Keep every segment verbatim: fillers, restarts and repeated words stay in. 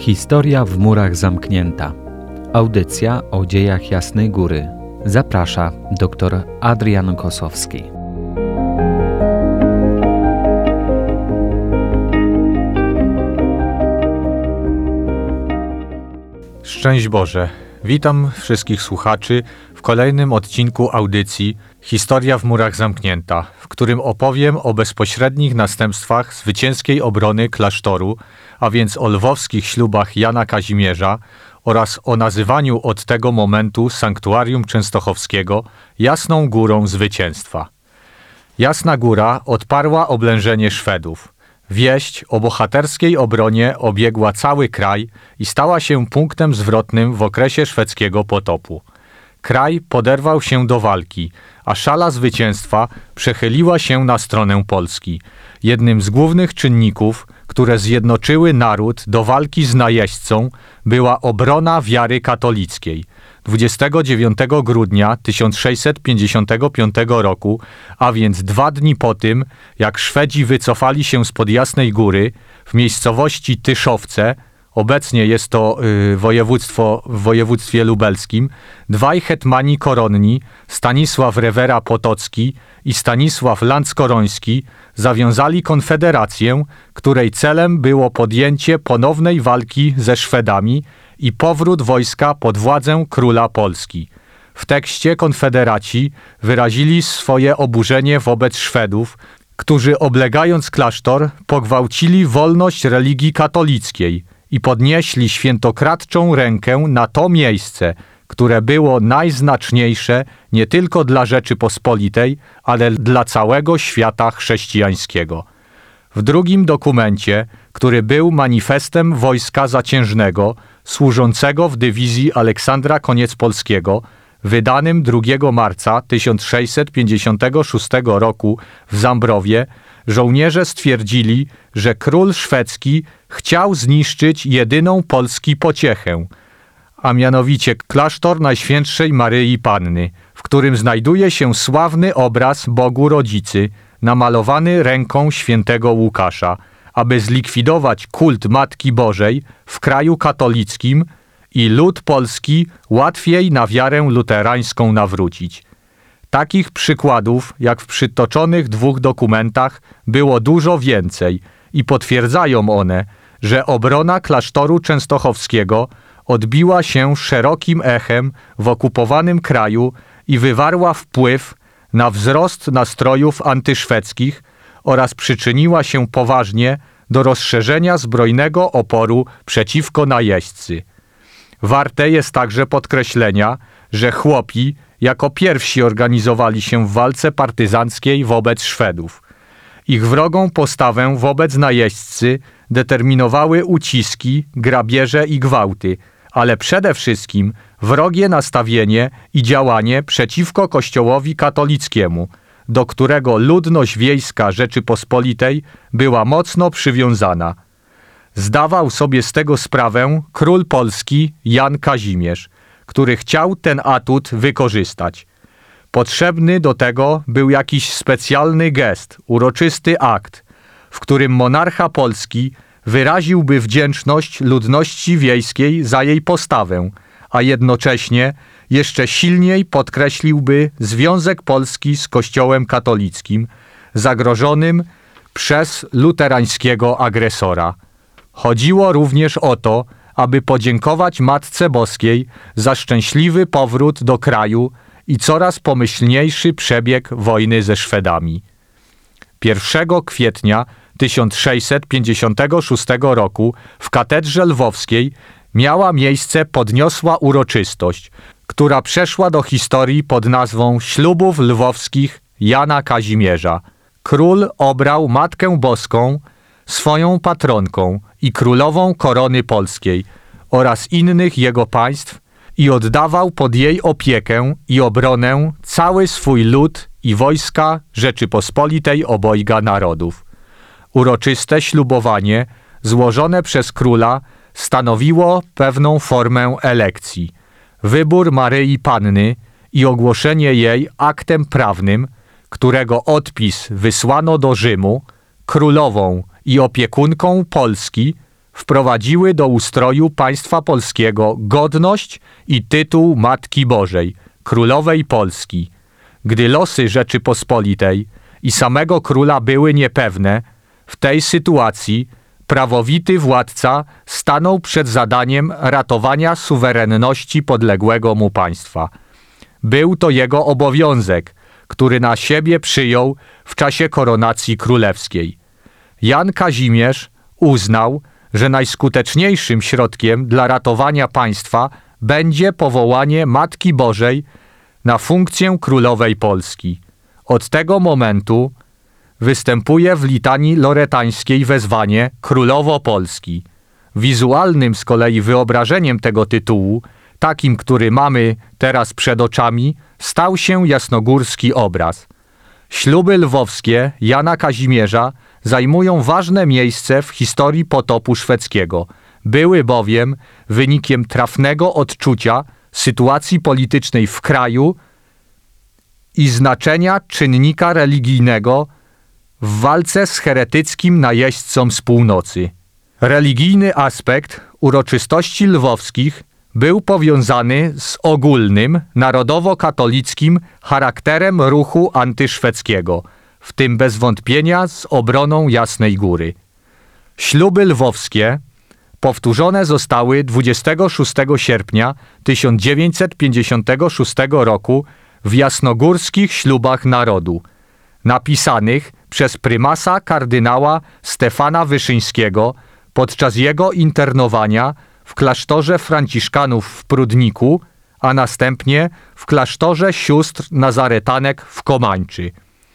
Historia w murach zamknięta. Audycja o dziejach Jasnej Góry. Zaprasza dr Adrian Kosowski. Szczęść Boże! Witam wszystkich słuchaczy w kolejnym odcinku audycji Historia w murach zamknięta, w którym opowiem o bezpośrednich następstwach zwycięskiej obrony klasztoru, a więc o lwowskich ślubach Jana Kazimierza oraz o nazywaniu od tego momentu sanktuarium częstochowskiego Jasną Górą Zwycięstwa. Jasna Góra odparła oblężenie Szwedów. Wieść o bohaterskiej obronie obiegła cały kraj i stała się punktem zwrotnym w okresie szwedzkiego potopu. Kraj poderwał się do walki, a szala zwycięstwa przechyliła się na stronę Polski. Jednym z głównych czynników, które zjednoczyły naród do walki z najeźdźcą, była obrona wiary katolickiej. dwudziestego dziewiątego grudnia tysiąc sześćset pięćdziesiątego piątego roku, a więc dwa dni po tym, jak Szwedzi wycofali się spod Jasnej Góry, w miejscowości Tyszowce, obecnie jest to y, województwo w województwie lubelskim, dwaj hetmani koronni, Stanisław Rewera Potocki i Stanisław Lanckoroński, zawiązali konfederację, której celem było podjęcie ponownej walki ze Szwedami i powrót wojska pod władzę króla Polski. W tekście konfederaci wyrazili swoje oburzenie wobec Szwedów, którzy oblegając klasztor pogwałcili wolność religii katolickiej i podnieśli świętokradczą rękę na to miejsce, które było najznaczniejsze nie tylko dla Rzeczypospolitej, ale dla całego świata chrześcijańskiego. W drugim dokumencie, który był manifestem wojska zaciężnego, służącego w dywizji Aleksandra Koniecpolskiego, wydanym drugiego marca tysiąc sześćset pięćdziesiątego szóstego roku w Zambrowie, żołnierze stwierdzili, że król szwedzki chciał zniszczyć jedyną Polski pociechę, a mianowicie klasztor Najświętszej Maryi Panny, w którym znajduje się sławny obraz Bogu Rodzicy, namalowany ręką świętego Łukasza, aby zlikwidować kult Matki Bożej w kraju katolickim i lud polski łatwiej na wiarę luterańską nawrócić. Takich przykładów, jak w przytoczonych dwóch dokumentach, było dużo więcej i potwierdzają one, że obrona klasztoru częstochowskiego odbiła się szerokim echem w okupowanym kraju i wywarła wpływ na wzrost nastrojów antyszwedzkich oraz przyczyniła się poważnie do rozszerzenia zbrojnego oporu przeciwko najeźdźcy. Warte jest także podkreślenia, że chłopi jako pierwsi organizowali się w walce partyzanckiej wobec Szwedów. Ich wrogą postawę wobec najeźdźcy determinowały uciski, grabieże i gwałty, ale przede wszystkim wrogie nastawienie i działanie przeciwko Kościołowi katolickiemu, do którego ludność wiejska Rzeczypospolitej była mocno przywiązana. Zdawał sobie z tego sprawę król polski Jan Kazimierz, który chciał ten atut wykorzystać. Potrzebny do tego był jakiś specjalny gest, uroczysty akt, w którym monarcha Polski wyraziłby wdzięczność ludności wiejskiej za jej postawę, a jednocześnie jeszcze silniej podkreśliłby związek Polski z Kościołem katolickim, zagrożonym przez luterańskiego agresora. Chodziło również o to, aby podziękować Matce Boskiej za szczęśliwy powrót do kraju i coraz pomyślniejszy przebieg wojny ze Szwedami. pierwszego kwietnia tysiąc sześćset pięćdziesiątego szóstego roku w katedrze lwowskiej miała miejsce podniosła uroczystość, która przeszła do historii pod nazwą Ślubów Lwowskich Jana Kazimierza. Król obrał Matkę Boską swoją patronką i królową korony polskiej oraz innych jego państw i oddawał pod jej opiekę i obronę cały swój lud i wojska Rzeczypospolitej obojga narodów. Uroczyste ślubowanie złożone przez króla stanowiło pewną formę elekcji. Wybór Maryi Panny i ogłoszenie jej aktem prawnym, którego odpis wysłano do Rzymu, królową i opiekunką Polski wprowadziły do ustroju państwa polskiego godność i tytuł Matki Bożej, Królowej Polski. Gdy losy Rzeczypospolitej i samego króla były niepewne, w tej sytuacji prawowity władca stanął przed zadaniem ratowania suwerenności podległego mu państwa. Był to jego obowiązek, który na siebie przyjął w czasie koronacji królewskiej. Jan Kazimierz uznał, że najskuteczniejszym środkiem dla ratowania państwa będzie powołanie Matki Bożej na funkcję Królowej Polski. Od tego momentu występuje w litanii loretańskiej wezwanie Królowo Polski. Wizualnym z kolei wyobrażeniem tego tytułu, takim, który mamy teraz przed oczami, stał się jasnogórski obraz. Śluby lwowskie Jana Kazimierza zajmują ważne miejsce w historii potopu szwedzkiego. Były bowiem wynikiem trafnego odczucia sytuacji politycznej w kraju i znaczenia czynnika religijnego w walce z heretyckim najeźdźcą z północy. Religijny aspekt uroczystości lwowskich był powiązany z ogólnym, narodowo-katolickim charakterem ruchu antyszwedzkiego, w tym bez wątpienia z obroną Jasnej Góry. Śluby lwowskie powtórzone zostały dwudziestego szóstego sierpnia tysiąc dziewięćset pięćdziesiątego szóstego roku w jasnogórskich ślubach narodu, napisanych przez prymasa kardynała Stefana Wyszyńskiego podczas jego internowania w klasztorze franciszkanów w Prudniku, a następnie w klasztorze sióstr nazaretanek w Komańczy.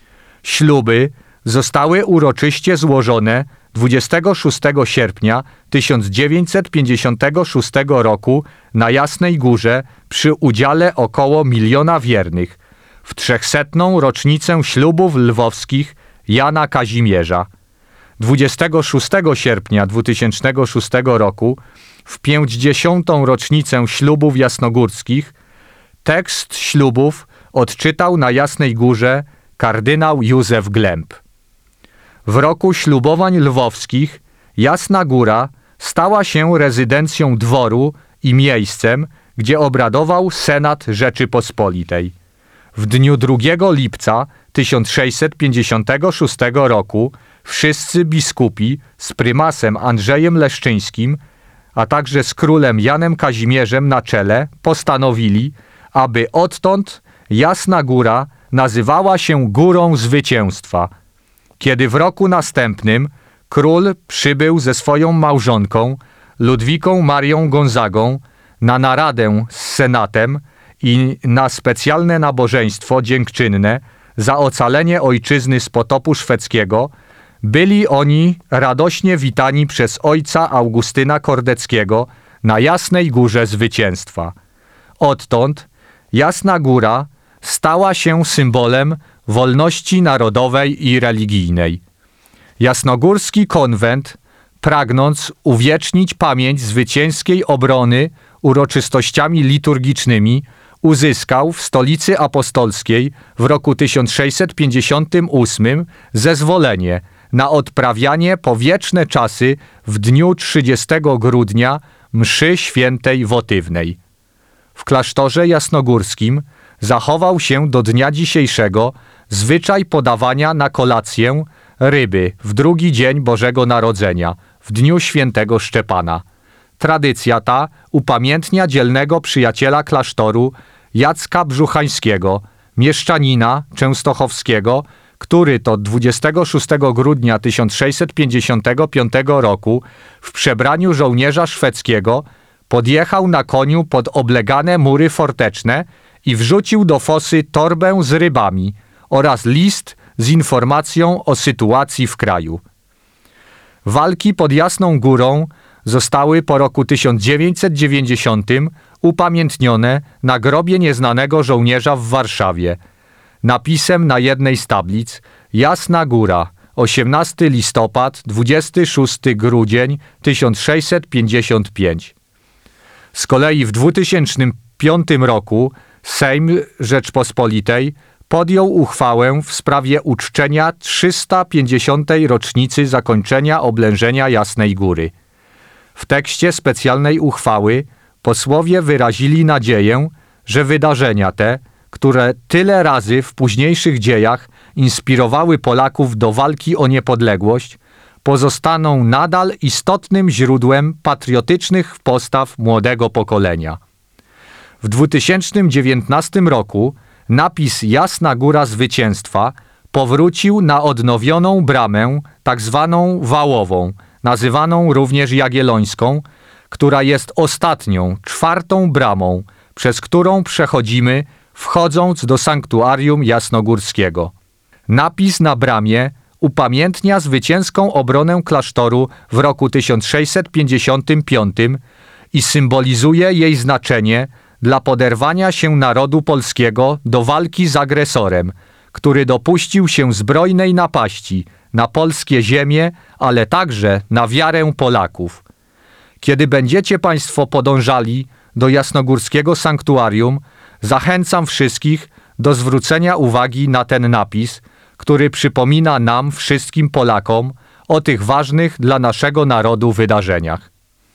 Śluby zostały uroczyście złożone dwudziestego szóstego sierpnia tysiąc dziewięćset pięćdziesiątego szóstego roku na Jasnej Górze przy udziale około miliona wiernych w trzechsetną rocznicę ślubów lwowskich Jana Kazimierza. dwudziestego szóstego sierpnia dwutysięcznego szóstego roku w pięćdziesiątą rocznicę ślubów jasnogórskich tekst ślubów odczytał na Jasnej Górze kardynał Józef Glemp. W roku ślubowań lwowskich Jasna Góra stała się rezydencją dworu i miejscem, gdzie obradował Senat Rzeczypospolitej. W dniu drugiego lipca tysiąc sześćset pięćdziesiątego szóstego roku wszyscy biskupi z prymasem Andrzejem Leszczyńskim, a także z królem Janem Kazimierzem na czele postanowili, aby odtąd Jasna Góra nazywała się Górą Zwycięstwa. Kiedy w roku następnym król przybył ze swoją małżonką, Ludwiką Marią Gonzagą, na naradę z senatem i na specjalne nabożeństwo dziękczynne za ocalenie ojczyzny z potopu szwedzkiego, byli oni radośnie witani przez ojca Augustyna Kordeckiego na Jasnej Górze Zwycięstwa. Odtąd Jasna Góra stała się symbolem wolności narodowej i religijnej. Jasnogórski konwent, pragnąc uwiecznić pamięć zwycięskiej obrony uroczystościami liturgicznymi, uzyskał w stolicy apostolskiej w roku tysiąc sześćset pięćdziesiątym ósmym zezwolenie na odprawianie po wieczne czasy w dniu trzydziestego grudnia mszy świętej wotywnej. W klasztorze jasnogórskim zachował się do dnia dzisiejszego zwyczaj podawania na kolację ryby w drugi dzień Bożego Narodzenia, w dniu świętego Szczepana. Tradycja ta upamiętnia dzielnego przyjaciela klasztoru Jacka Brzuchańskiego, mieszczanina częstochowskiego, który to dwudziestego szóstego grudnia tysiąc sześćset pięćdziesiątego piątego roku w przebraniu żołnierza szwedzkiego podjechał na koniu pod oblegane mury forteczne i wrzucił do fosy torbę z rybami oraz list z informacją o sytuacji w kraju. Walki pod Jasną Górą zostały po roku tysiąc dziewięćset dziewięćdziesiątym upamiętnione na grobie nieznanego żołnierza w Warszawie. Napisem na jednej z tablic: Jasna Góra, osiemnasty listopad, dwudziesty szósty grudzień tysiąc sześćset pięćdziesiąt pięć. Z kolei w dwutysięcznym piątym roku Sejm Rzeczpospolitej podjął uchwałę w sprawie uczczenia trzysta pięćdziesiątej rocznicy zakończenia oblężenia Jasnej Góry. W tekście specjalnej uchwały posłowie wyrazili nadzieję, że wydarzenia te, które tyle razy w późniejszych dziejach inspirowały Polaków do walki o niepodległość, pozostaną nadal istotnym źródłem patriotycznych postaw młodego pokolenia. W dwa tysiące dziewiętnastym roku napis Jasna Góra Zwycięstwa powrócił na odnowioną bramę, tak zwaną Wałową, nazywaną również Jagiellońską, która jest ostatnią, czwartą bramą, przez którą przechodzimy, wchodząc do sanktuarium jasnogórskiego. Napis na bramie upamiętnia zwycięską obronę klasztoru w roku tysiąc sześćset pięćdziesiątym piątym i symbolizuje jej znaczenie dla poderwania się narodu polskiego do walki z agresorem, który dopuścił się zbrojnej napaści na polskie ziemie, ale także na wiarę Polaków. Kiedy będziecie Państwo podążali do jasnogórskiego sanktuarium, zachęcam wszystkich do zwrócenia uwagi na ten napis, który przypomina nam, wszystkim Polakom, o tych ważnych dla naszego narodu wydarzeniach.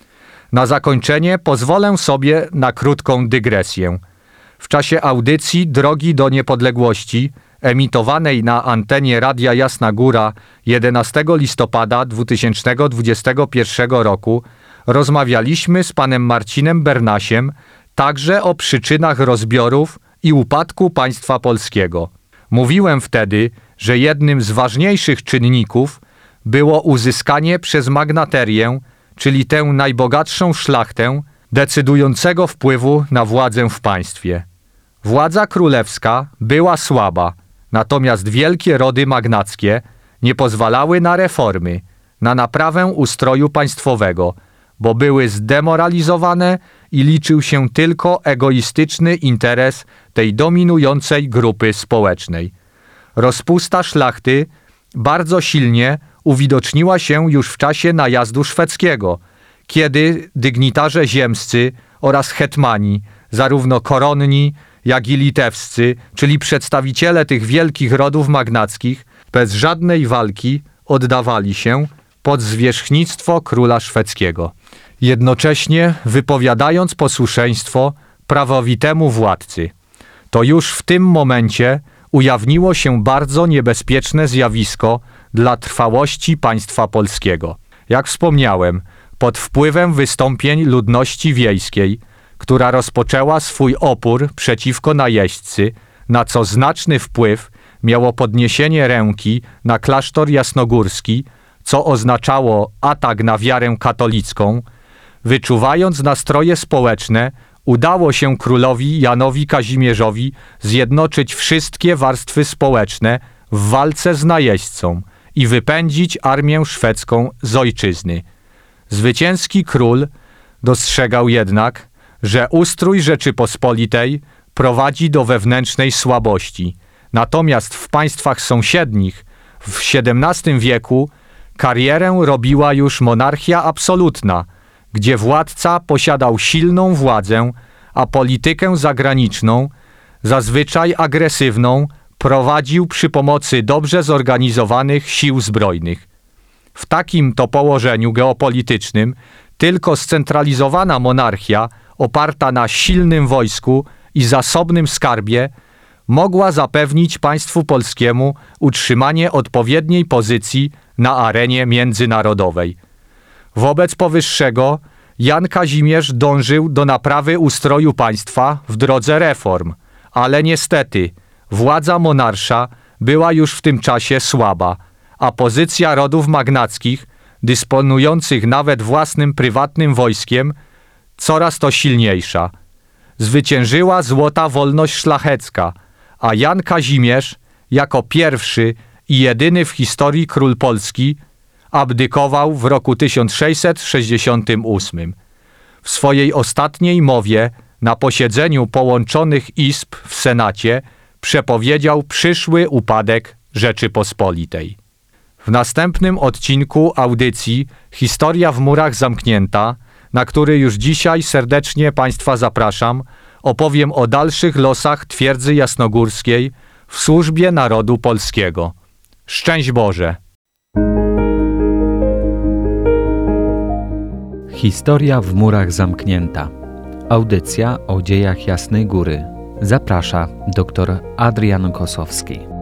Na zakończenie pozwolę sobie na krótką dygresję. W czasie audycji Drogi do Niepodległości, emitowanej na antenie Radia Jasna Góra jedenastego listopada dwa tysiące dwudziestego pierwszego roku, rozmawialiśmy z panem Marcinem Bernasiem także o przyczynach rozbiorów i upadku państwa polskiego. Mówiłem wtedy, że jednym z ważniejszych czynników było uzyskanie przez magnaterię, czyli tę najbogatszą szlachtę, decydującego wpływu na władzę w państwie. Władza królewska była słaba, natomiast wielkie rody magnackie nie pozwalały na reformy, na naprawę ustroju państwowego, bo były zdemoralizowane i liczył się tylko egoistyczny interes tej dominującej grupy społecznej. Rozpusta szlachty bardzo silnie uwidoczniła się już w czasie najazdu szwedzkiego, kiedy dygnitarze ziemscy oraz hetmani, zarówno koronni, jak i litewscy, czyli przedstawiciele tych wielkich rodów magnackich, bez żadnej walki oddawali się pod zwierzchnictwo króla szwedzkiego, jednocześnie wypowiadając posłuszeństwo prawowitemu władcy. To już w tym momencie ujawniło się bardzo niebezpieczne zjawisko dla trwałości państwa polskiego. Jak wspomniałem, pod wpływem wystąpień ludności wiejskiej, która rozpoczęła swój opór przeciwko najeźdźcy, na co znaczny wpływ miało podniesienie ręki na klasztor jasnogórski, co oznaczało atak na wiarę katolicką, wyczuwając nastroje społeczne, udało się królowi Janowi Kazimierzowi zjednoczyć wszystkie warstwy społeczne w walce z najeźdźcą i wypędzić armię szwedzką z ojczyzny. Zwycięski król dostrzegał jednak, że ustrój Rzeczypospolitej prowadzi do wewnętrznej słabości. Natomiast w państwach sąsiednich w siedemnastym wieku karierę robiła już monarchia absolutna, gdzie władca posiadał silną władzę, a politykę zagraniczną, zazwyczaj agresywną, prowadził przy pomocy dobrze zorganizowanych sił zbrojnych. W takim to położeniu geopolitycznym tylko scentralizowana monarchia oparta na silnym wojsku i zasobnym skarbie mogła zapewnić państwu polskiemu utrzymanie odpowiedniej pozycji na arenie międzynarodowej. Wobec powyższego Jan Kazimierz dążył do naprawy ustroju państwa w drodze reform, ale niestety władza monarsza była już w tym czasie słaba, a pozycja rodów magnackich, dysponujących nawet własnym prywatnym wojskiem, coraz to silniejsza. Zwyciężyła złota wolność szlachecka, a Jan Kazimierz, jako pierwszy i jedyny w historii król Polski, abdykował w roku tysiąc sześćset sześćdziesiątym ósmym. W swojej ostatniej mowie na posiedzeniu połączonych izb w Senacie przepowiedział przyszły upadek Rzeczypospolitej. W następnym odcinku audycji Historia w murach zamknięta, na który już dzisiaj serdecznie Państwa zapraszam, opowiem o dalszych losach twierdzy jasnogórskiej w służbie narodu polskiego. Szczęść Boże! Historia w murach zamknięta. Audycja o dziejach Jasnej Góry. Zaprasza dr Adrian Kosowski.